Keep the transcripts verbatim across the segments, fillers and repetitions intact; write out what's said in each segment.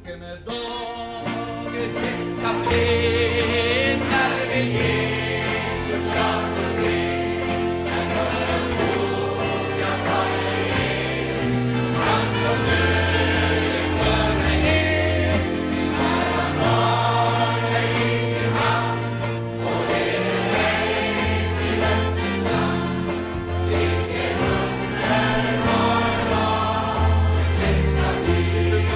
Vilken dag är tysta blir när vi Jesus ska få se. När hörn foga faller ner, han som döden för mig är. När han har mig i sin hand och leder mig till löftets land. Vilken underbar dag det ska bli.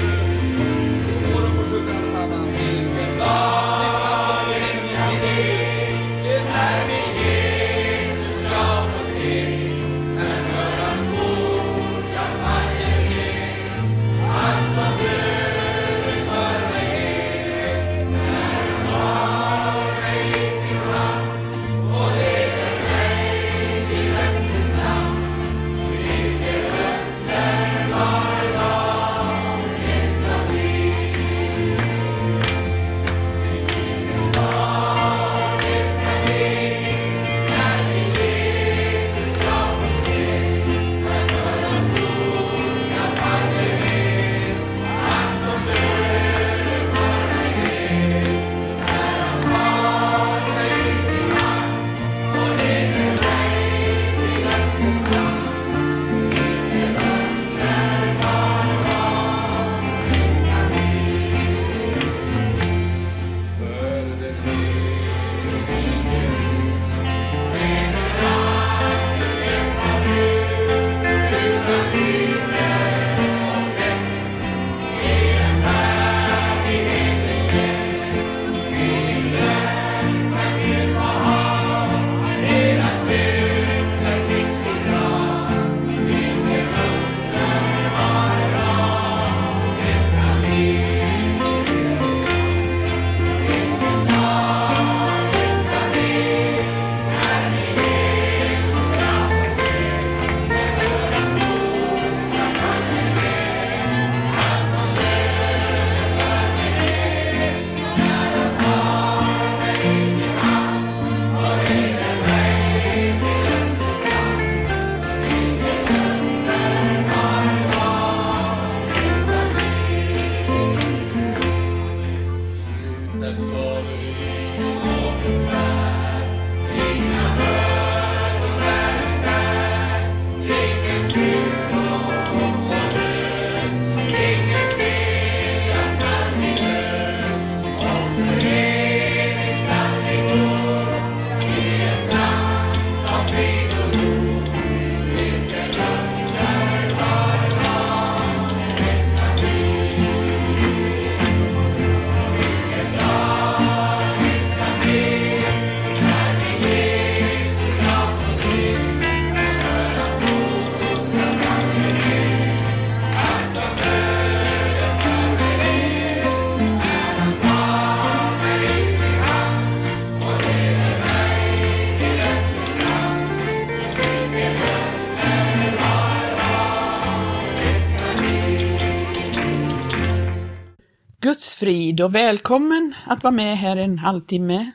Vilken dag det ska bli när vi Jesus ska få se. När hörans foga faller ner, han som döden för mig är. När han har mig i sin hand och leder mig till löftets land. Vilken underbar dag det ska bli. Guds frid och välkommen att vara med här en halvtimme.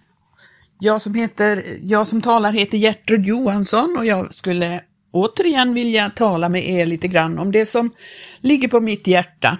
Jag som, heter, jag som talar heter Gertrud Johansson och jag skulle återigen vilja tala med er lite grann om det som ligger på mitt hjärta.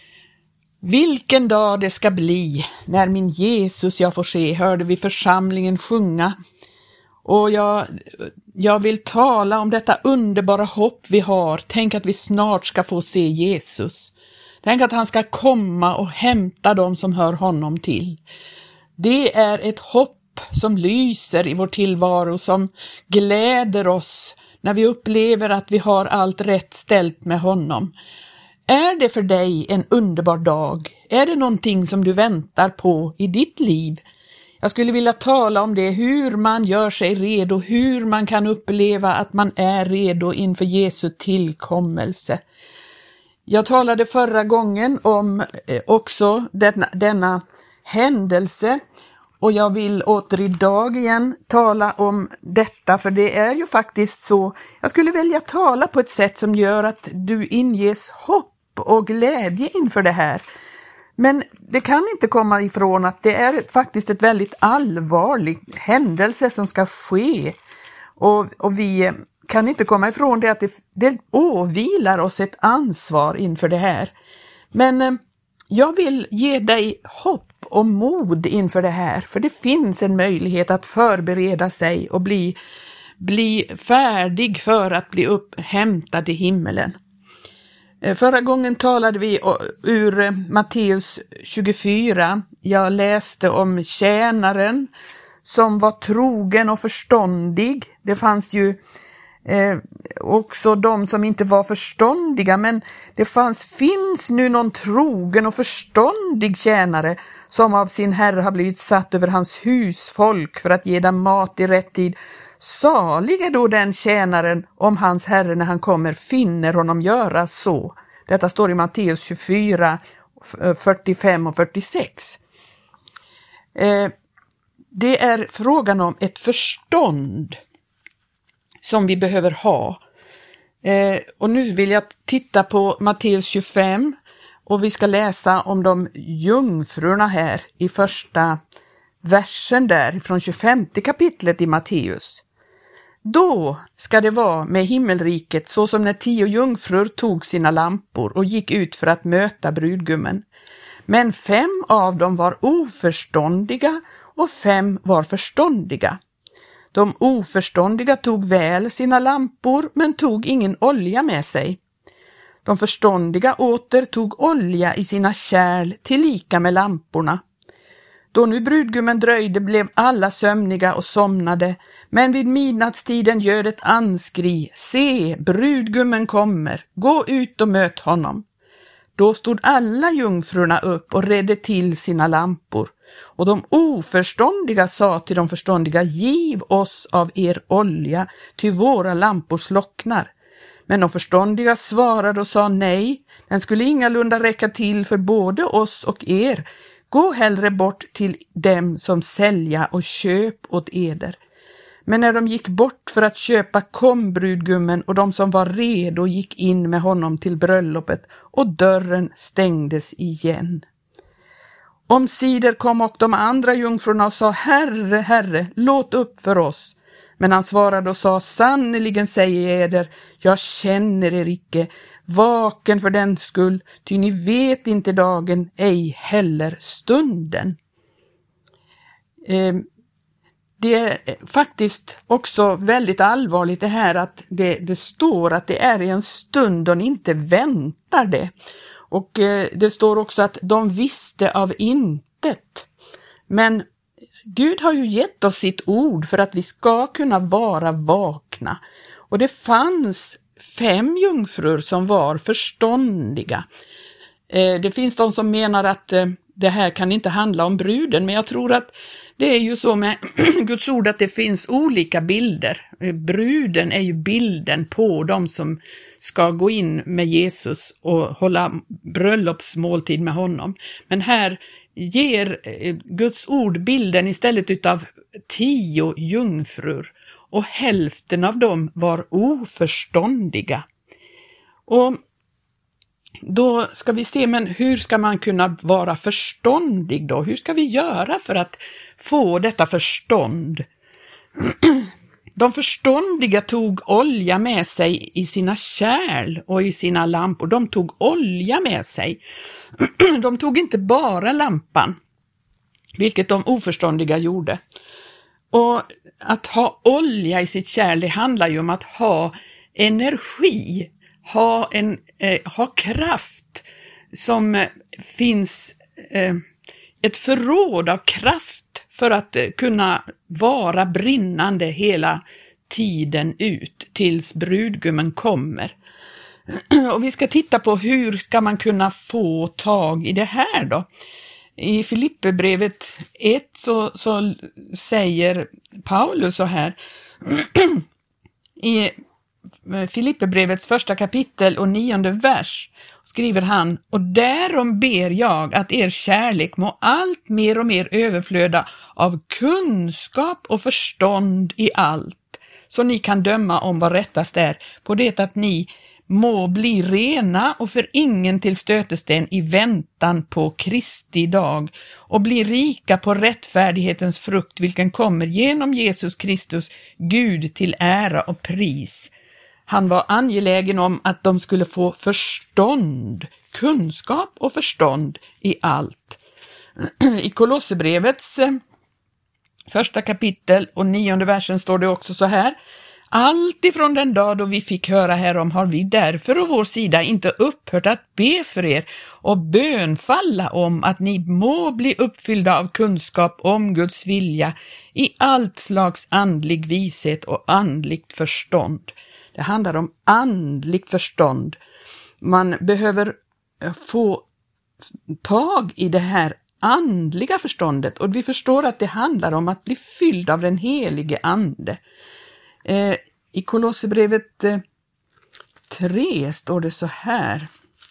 Vilken dag det ska bli när min Jesus jag får se, hörde vi församlingen sjunga. Och jag, jag vill tala om detta underbara hopp vi har. Tänk att vi snart ska få se Jesus. Tänk att han ska komma och hämta dem som hör honom till. Det är ett hopp som lyser i vår tillvaro, som gläder oss när vi upplever att vi har allt rätt ställt med honom. Är det för dig en underbar dag? Är det någonting som du väntar på i ditt liv? Jag skulle vilja tala om det, hur man gör sig redo, hur man kan uppleva att man är redo inför Jesu tillkommelse. Jag talade förra gången om eh, också denna, denna händelse och jag vill åter idag igen tala om detta, för det är ju faktiskt så. Jag skulle vilja tala på ett sätt som gör att du inges hopp och glädje inför det här. Men det kan inte komma ifrån att det är faktiskt ett väldigt allvarlig händelse som ska ske. Och, och vi kan inte komma ifrån det att det, det åvilar oss ett ansvar inför det här. Men jag vill ge dig hopp och mod inför det här, för det finns en möjlighet att förbereda sig och bli, bli färdig för att bli upphämtad i himmelen. Förra gången talade vi ur Matteus tjugofyra. Jag läste om tjänaren som var trogen och förståndig. Det fanns ju eh, också de som inte var förståndiga, men det fanns, finns nu någon trogen och förståndig tjänare som av sin herre har blivit satt över hans husfolk för att ge dem mat i rätt tid. Salig är då den tjänaren om hans herre när han kommer finner honom göra så. Detta står i Matteus tjugofyra, fyrtiofem och fyrtiosex. Eh, det är frågan om ett förstånd som vi behöver ha. Eh, och nu vill jag titta på Matteus tjugofem och vi ska läsa om de jungfrurna här i första versen där från tjugofemte kapitlet i Matteus. Då ska det vara med himmelriket så som när tio jungfrur tog sina lampor och gick ut för att möta brudgummen. Men fem av dem var oförståndiga och fem var förståndiga. De oförståndiga tog väl sina lampor men tog ingen olja med sig. De förståndiga åter tog olja i sina kärl tillika med lamporna. Då nu brudgummen dröjde blev alla sömniga och somnade, men vid midnattstiden göd ett anskri: se, brudgummen kommer, gå ut och möt honom. Då stod alla jungfrurna upp och redde till sina lampor, och de oförståndiga sa till de förståndiga: giv oss av er olja, ty våra lampor slocknar. Men de förståndiga svarade och sa: nej, den skulle ingalunda räcka till för både oss och er. Gå hellre bort till dem som sälja och köp åt eder. Men när de gick bort för att köpa kom brudgummen, och de som var redo gick in med honom till bröllopet, och dörren stängdes igen. Omsider kom och de andra jungfrurna och sa: Herre, Herre, låt upp för oss. Men han svarade och sa: sannoliken säger jag eder, jag känner er icke. Vaken för den skull, ty ni vet inte dagen, ej heller stunden. Eh, det är faktiskt också väldigt allvarligt det här att det, det står att det är i en stund och ni inte väntar det. Och eh, det står också att de visste av intet. Men Gud har ju gett oss sitt ord för att vi ska kunna vara vakna. Och det fanns fem jungfrur som var förståndiga. Eh, det finns de som menar att eh, det här kan inte handla om bruden, men jag tror att det är ju så med Guds ord att det finns olika bilder. Eh, bruden är ju bilden på de som ska gå in med Jesus och hålla bröllopsmåltid med honom. Men här ger eh, Guds ord bilden istället utav tio jungfrur. Och hälften av dem var oförståndiga. Och då ska vi se, men hur ska man kunna vara förståndig då? Hur ska vi göra för att få detta förstånd? De förståndiga tog olja med sig i sina kärl och i sina lampor. De tog olja med sig. De tog inte bara lampan, vilket de oförståndiga gjorde. Och att ha olja i sitt kärl, det handlar ju om att ha energi, ha, en, eh, ha kraft som eh, finns, eh, ett förråd av kraft för att eh, kunna vara brinnande hela tiden ut tills brudgummen kommer. Och vi ska titta på hur ska man kunna få tag i det här då. I Filipperbrevet ett så, så säger Paulus så här. I Filipperbrevets första kapitel och nionde vers skriver han: och därom ber jag att er kärlek må allt mer och mer överflöda av kunskap och förstånd i allt, så ni kan döma om vad rättast är, på det att ni må bli rena och för ingen till stötesten i väntan på Kristi dag, och bli rika på rättfärdighetens frukt, vilken kommer genom Jesus Kristus, Gud till ära och pris. Han var angelägen om att de skulle få förstånd, kunskap och förstånd i allt. I Kolosserbrevets första kapitel och nionde versen står det också så här: allt ifrån den dag då vi fick höra härom har vi därför å vår sida inte upphört att be för er och bönfalla om att ni må bli uppfyllda av kunskap om Guds vilja i allt slags andlig vishet och andligt förstånd. Det handlar om andligt förstånd. Man behöver få tag i det här andliga förståndet, och vi förstår att det handlar om att bli fylld av den helige ande. Eh, I Kolosserbrevet eh, tre står det så här.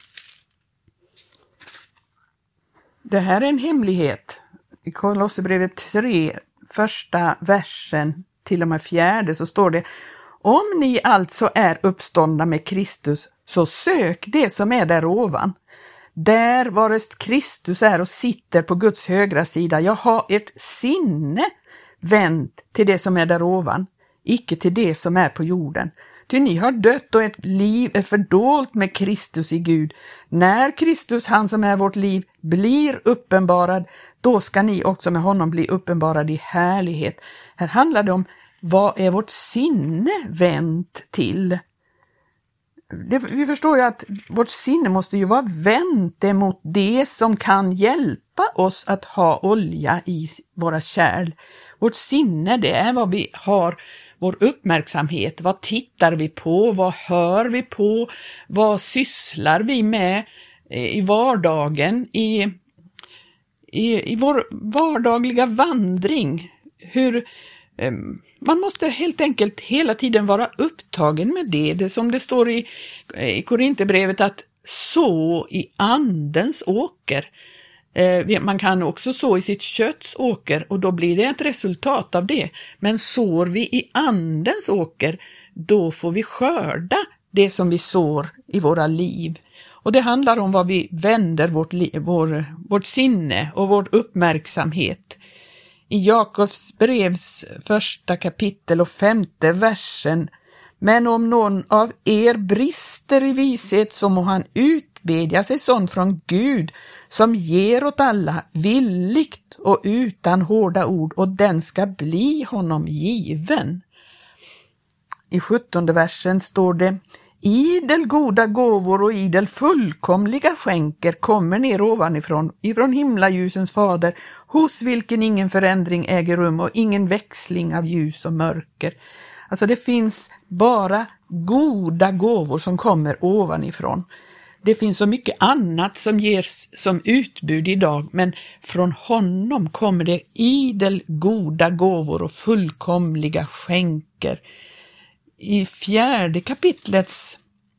Det här är en hemlighet. I Kolosserbrevet tre, första versen till och med fjärde, så står det: om ni alltså är uppståndna med Kristus, så sök det som är där ovan. Där varest Kristus är och sitter på Guds högra sida. Jag har ert sinne vänt till det som är där ovan, icke till det som är på jorden. Ty ni har dött och ett liv är fördolt med Kristus i Gud. När Kristus, han som är vårt liv, blir uppenbarad, då ska ni också med honom bli uppenbarad i härlighet. Här handlar det om vad är vårt sinne vänt till. Det, vi förstår ju att vårt sinne måste ju vara vänt emot det som kan hjälpa oss att ha olja i våra kärl. Vårt sinne, det är vad vi har vår uppmärksamhet. Vad tittar vi på? Vad hör vi på? Vad sysslar vi med i vardagen? I, i, i vår vardagliga vandring? Hur... Man måste helt enkelt hela tiden vara upptagen med det. Det som det står i, i Korinthierbrevet, att så i andens åker. Eh, man kan också så i sitt kötts åker, och då blir det ett resultat av det. Men sår vi i andens åker, då får vi skörda det som vi sår i våra liv. Och det handlar om vad vi vänder vårt, vår, vårt sinne och vår uppmärksamhet. I Jakobs brevs första kapitel och femte versen: men om någon av er brister i vishet, så må han utbedja sig sån från Gud, som ger åt alla villigt och utan hårda ord, och den ska bli honom given. I sjuttonde versen står det: idel goda gåvor och idel fullkomliga skänker kommer ner ovanifrån, ifrån himlaljusens fader, hos vilken ingen förändring äger rum och ingen växling av ljus och mörker. Alltså det finns bara goda gåvor som kommer ovanifrån. Det finns så mycket annat som ges som utbud idag, men från honom kommer det idel goda gåvor och fullkomliga skänker. I fjärde kapitlets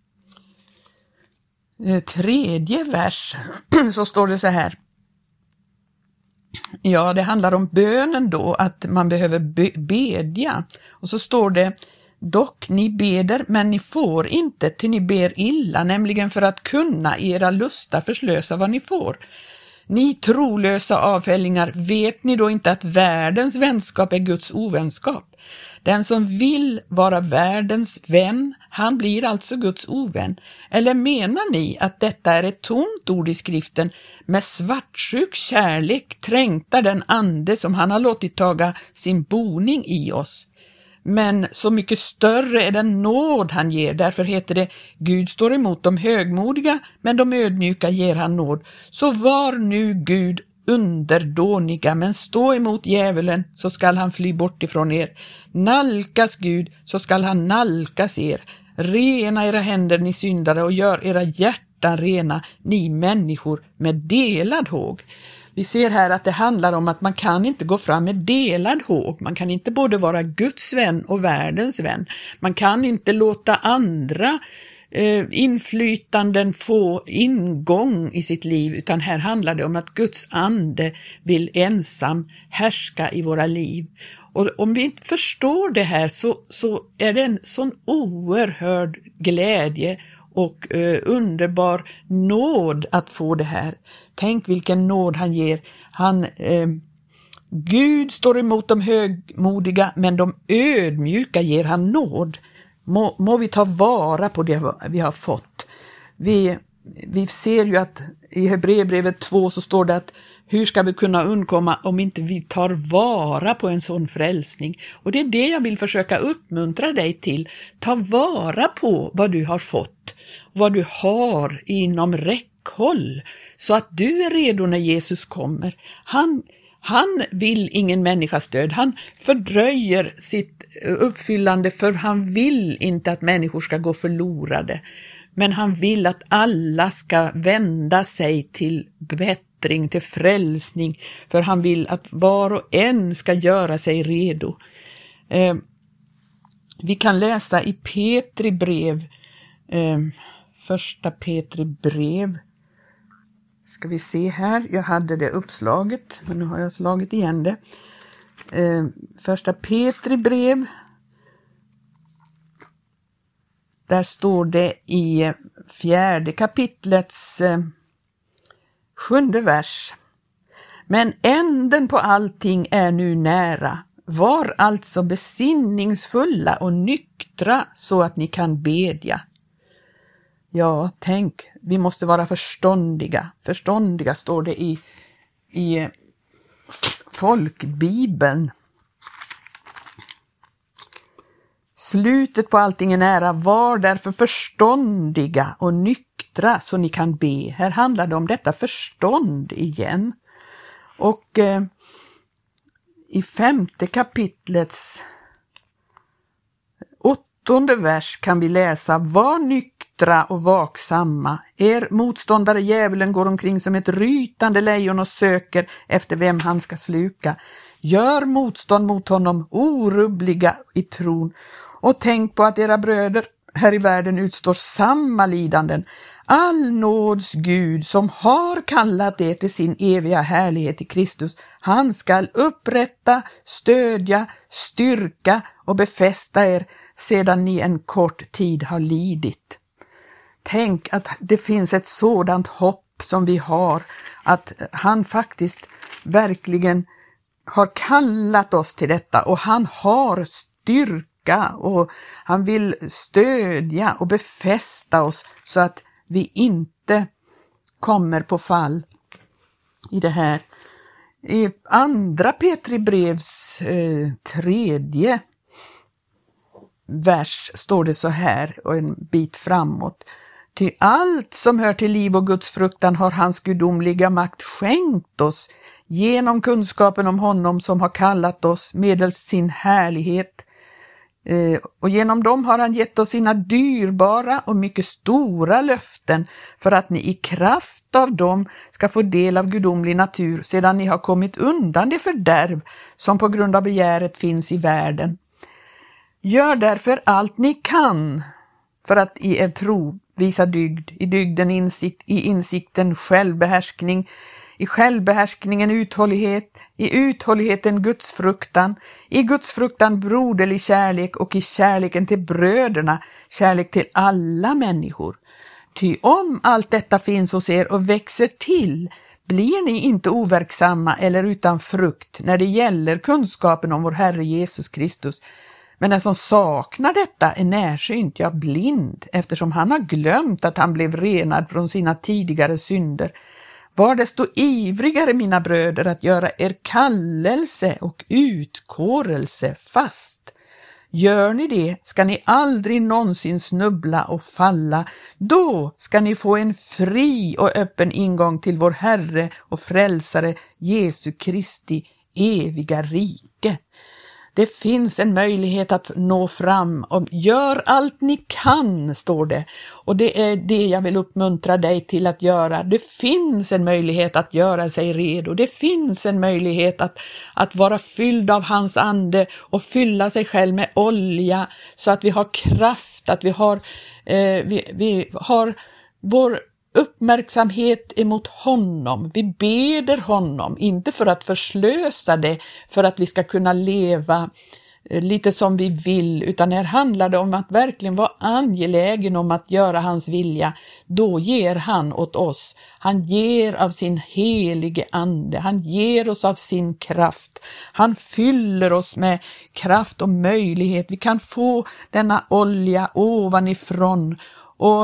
tredje vers så står det så här. Ja, det handlar om bönen då, att man behöver be- bedja. Och så står det: dock ni beder, men ni får inte, ty ni ber illa, nämligen för att kunna era lusta förslösa vad ni får. Ni trolösa avfällingar, vet ni då inte att världens vänskap är Guds ovänskap? Den som vill vara världens vän, han blir alltså Guds ovän. Eller menar ni att detta är ett tomt ord i skriften? Med svartsjuk kärlek trängtar den ande som han har låtit taga sin boning i oss. Men så mycket större är den nåd han ger. Därför heter det: Gud står emot de högmodiga, men de ödmjuka ger han nåd. Så var nu Gud underdåniga, men stå emot djävulen, så skall han fly bort ifrån er. Nalkas Gud, så skall han nalkas er. Rena era händer, ni syndare, och gör era hjärtan rena, ni människor med delad håg. Vi ser här att det handlar om att man kan inte gå fram med delad håg. Man kan inte både vara Guds vän och världens vän. Man kan inte låta andra eh, inflytanden få ingång i sitt liv, utan här handlar det om att Guds ande vill ensam härska i våra liv. Och om vi inte förstår det här, så, så är det en sån oerhörd glädje och eh, underbar nåd att få det här. Tänk vilken nåd han ger. Han, eh, Gud står emot de högmodiga, men de ödmjuka ger han nåd. Må, må vi ta vara på det vi har fått. Vi vi ser ju att i Hebreerbrevet två så står det att hur ska vi kunna undkomma om inte vi tar vara på en sån frälsning? Och det är det jag vill försöka uppmuntra dig till. Ta vara på vad du har fått, vad du har inom räckhåll, så att du är redo när Jesus kommer. Han, han vill ingen människas död. Han fördröjer sitt uppfyllande, för han vill inte att människor ska gå förlorade. Men han vill att alla ska vända sig till bättring, till frälsning, för han vill att var och en ska göra sig redo. Eh, vi kan läsa i Petri brev, eh, första Petri brev. Ska vi se här, jag hade det uppslaget, men nu har jag slagit igen det. Eh, första Petri brev. Där står det i fjärde kapitlets eh, sjunde vers. Men änden på allting är nu nära. Var alltså besinningsfulla och nyktra så att ni kan bedja. Ja, tänk, vi måste vara förståndiga. Förståndiga står det i, i folkbibeln. Slutet på allting är nära. Var därför förståndiga och nyktra så ni kan be. Här handlar det om detta förstånd igen. Och eh, i femte kapitlets åttonde vers kan vi läsa: var nyktra och vaksamma. Er motståndare djävulen går omkring som ett rytande lejon och söker efter vem han ska sluka. Gör motstånd mot honom, orubbliga i tron. Och tänk på att era bröder här i världen utstår samma lidanden. All nåds Gud som har kallat er till sin eviga härlighet i Kristus, han skall upprätta, stödja, styrka och befästa er sedan ni en kort tid har lidit. Tänk att det finns ett sådant hopp som vi har, att han faktiskt verkligen har kallat oss till detta, och han har styrka och han vill stödja och befästa oss så att vi inte kommer på fall i det här. I andra Petri brevs eh, tredje vers står det så här, och en bit framåt: ty allt som hör till liv och Guds fruktan har hans gudomliga makt skänkt oss genom kunskapen om honom som har kallat oss medelst sin härlighet. Eh, och genom dem har han gett oss sina dyrbara och mycket stora löften, för att ni i kraft av dem ska få del av gudomlig natur sedan ni har kommit undan det fördärv som på grund av begäret finns i världen. Gör därför allt ni kan för att i er tro visa dygd, i dygden insikt, i insikten självbehärskning, i självbehärskningen uthållighet, i uthålligheten Guds fruktan, i Guds fruktan broderlig kärlek och i kärleken till bröderna, kärlek till alla människor. Ty om allt detta finns hos er och växer till, blir ni inte overksamma eller utan frukt när det gäller kunskapen om vår Herre Jesus Kristus. Men den som saknar detta är närsynt, ja blind, eftersom han har glömt att han blev renad från sina tidigare synder. Var desto ivrigare, mina bröder, att göra er kallelse och utkårelse fast. Gör ni det ska ni aldrig någonsin snubbla och falla. Då ska ni få en fri och öppen ingång till vår Herre och Frälsare Jesu Kristi eviga rike. Det finns en möjlighet att nå fram, och gör allt ni kan, står det. Och det är det jag vill uppmuntra dig till att göra. Det finns en möjlighet att göra sig redo. Det finns en möjlighet att, att vara fylld av hans ande och fylla sig själv med olja så att vi har kraft, att vi har, eh, vi, vi har vår uppmärksamhet emot honom. Vi beder honom, inte för att förslösa det, för att vi ska kunna leva lite som vi vill, utan här handlar det om att verkligen vara angelägen om att göra hans vilja. Då ger han åt oss. Han ger av sin helige ande. Han ger oss av sin kraft. Han fyller oss med kraft och möjlighet. Vi kan få denna olja ovanifrån, och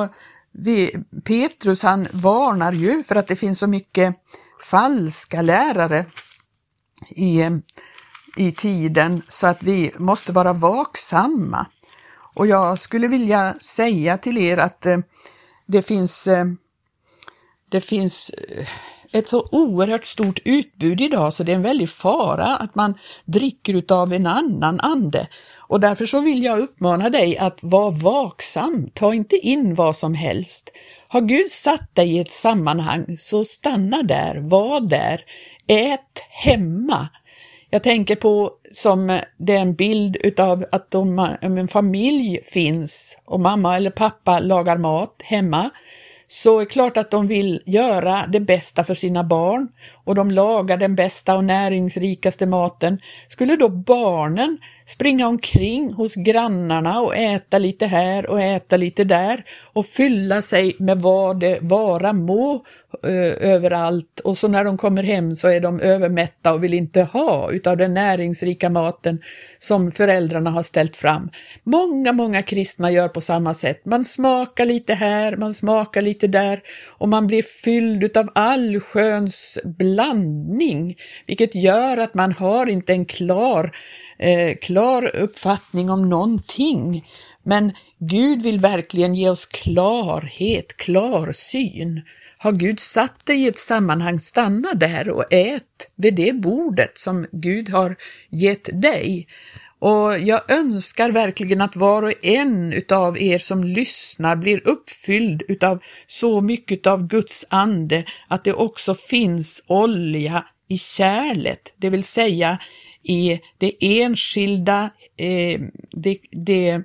vi, Petrus han varnar ju för att det finns så mycket falska lärare i, i tiden, så att vi måste vara vaksamma. Och jag skulle vilja säga till er att eh, det finns eh, det finns ett så oerhört stort utbud idag, så det är en väldig fara att man dricker utav en annan ande. Och därför så vill jag uppmana dig att vara vaksam. Ta inte in vad som helst. Har Gud satt dig i ett sammanhang, så stanna där, var där, ät hemma. Jag tänker på som det är en bild utav att om en familj finns och mamma eller pappa lagar mat hemma, så är det klart att de vill göra det bästa för sina barn och de lagar den bästa och näringsrikaste maten. Skulle då barnen springa omkring hos grannarna och äta lite här och äta lite där och fylla sig med vad det vara må ö, överallt, och så när de kommer hem så är de övermätta och vill inte ha utav den näringsrika maten som föräldrarna har ställt fram. Många, många kristna gör på samma sätt. Man smakar lite här, man smakar lite där och man blir fylld utav allsköns blandning, vilket gör att man har inte en klar Eh, klar uppfattning om någonting. Men Gud vill verkligen ge oss klarhet, klarsyn. Har Gud satt dig i ett sammanhang, stanna där och ät vid det bordet som Gud har gett dig. Och jag önskar verkligen att var och en utav er som lyssnar blir uppfylld utav så mycket av Guds ande att det också finns olja i kärlet, det vill säga i det enskilda, eh, det, det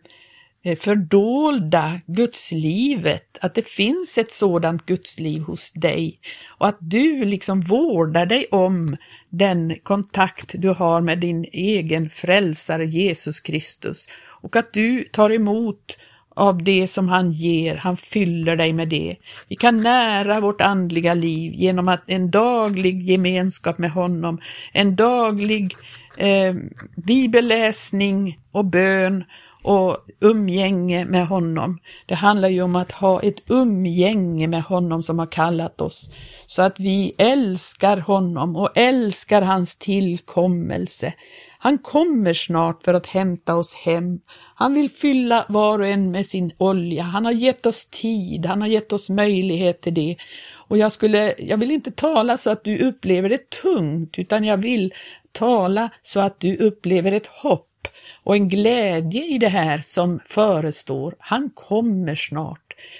fördolda gudslivet, att det finns ett sådant gudsliv hos dig och att du liksom vårdar dig om den kontakt du har med din egen frälsare Jesus Kristus, och att du tar emot av det som han ger, han fyller dig med det. Vi kan nära vårt andliga liv genom att en daglig gemenskap med honom, en daglig eh, bibelläsning och bön och umgänge med honom. Det handlar ju om att ha ett umgänge med honom som har kallat oss, så att vi älskar honom och älskar hans tillkommelse. Han kommer snart för att hämta oss hem. Han vill fylla var och en med sin olja. Han har gett oss tid, han har gett oss möjlighet till det. Och jag skulle, jag vill inte tala så att du upplever det tungt, utan jag vill tala så att du upplever ett hopp och en glädje i det här som förestår. Han kommer snart.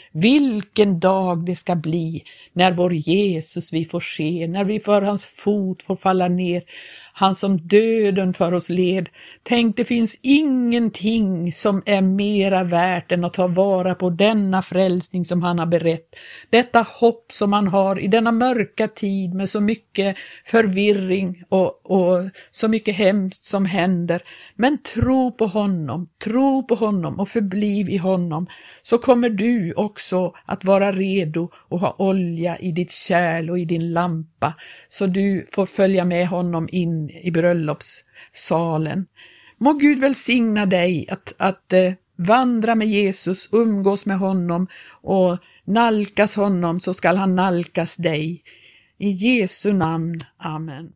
Vilken dag det ska bli när vår Jesus vi får se, när vi för hans fot får falla ner, han som döden för oss led. Tänk, det finns ingenting som är mera värt än att ta vara på denna frälsning som han har berett. Detta hopp som han har i denna mörka tid med så mycket förvirring och, och så mycket hemskt som händer. Men tro på honom, tro på honom och förbliv i honom, så kommer du också att vara redo och ha olja i ditt kärl och i din lampa, så du får följa med honom in i bröllopssalen. Må Gud välsigna dig att, att eh, vandra med Jesus, umgås med honom och nalkas honom, så skall han nalkas dig. I Jesu namn, amen.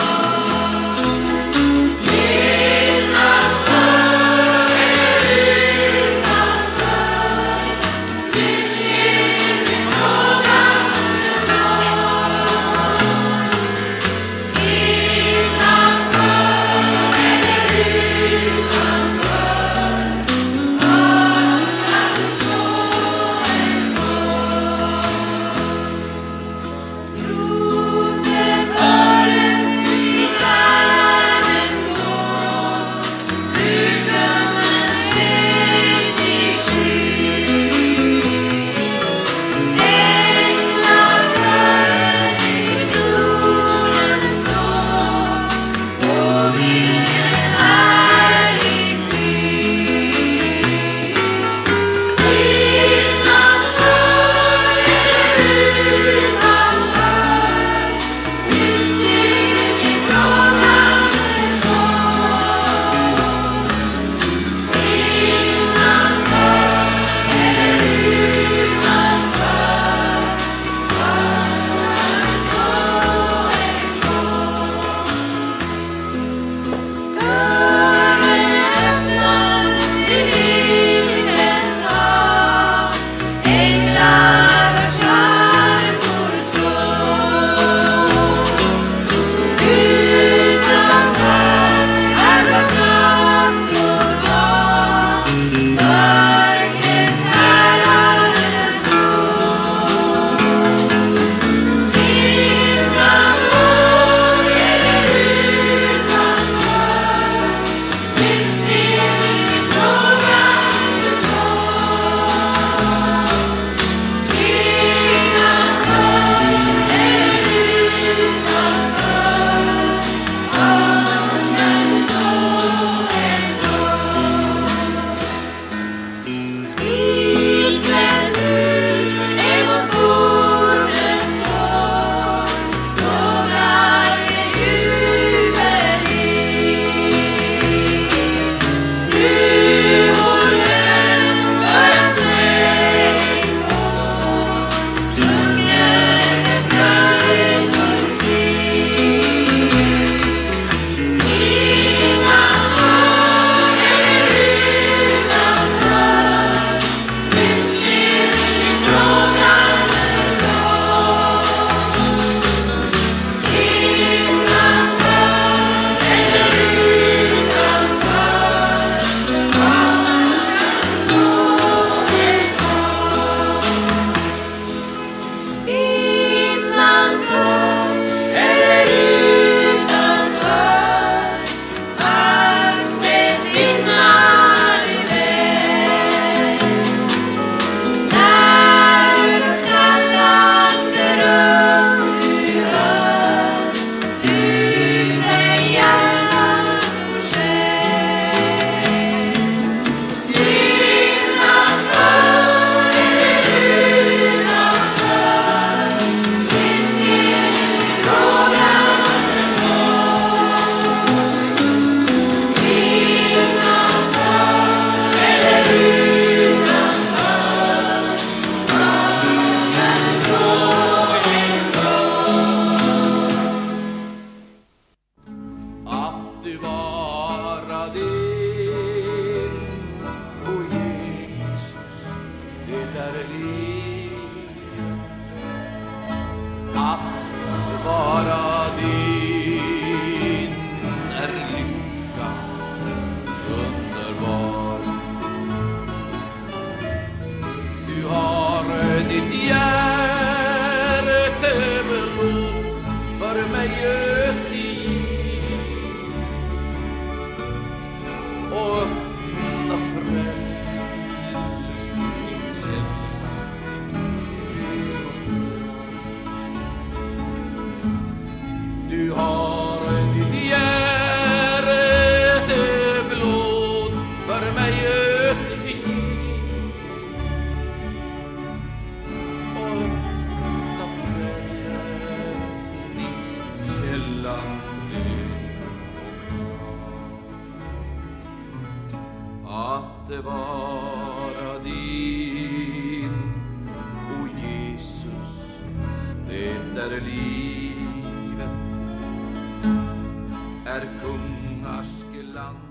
Hey! mig öti och öppnat frälsningskälla. Du har ditt hjärte blod för mig öti och öppnat frälsningskällan. Att det vara din, o Jesus, det är livet, är kungars land.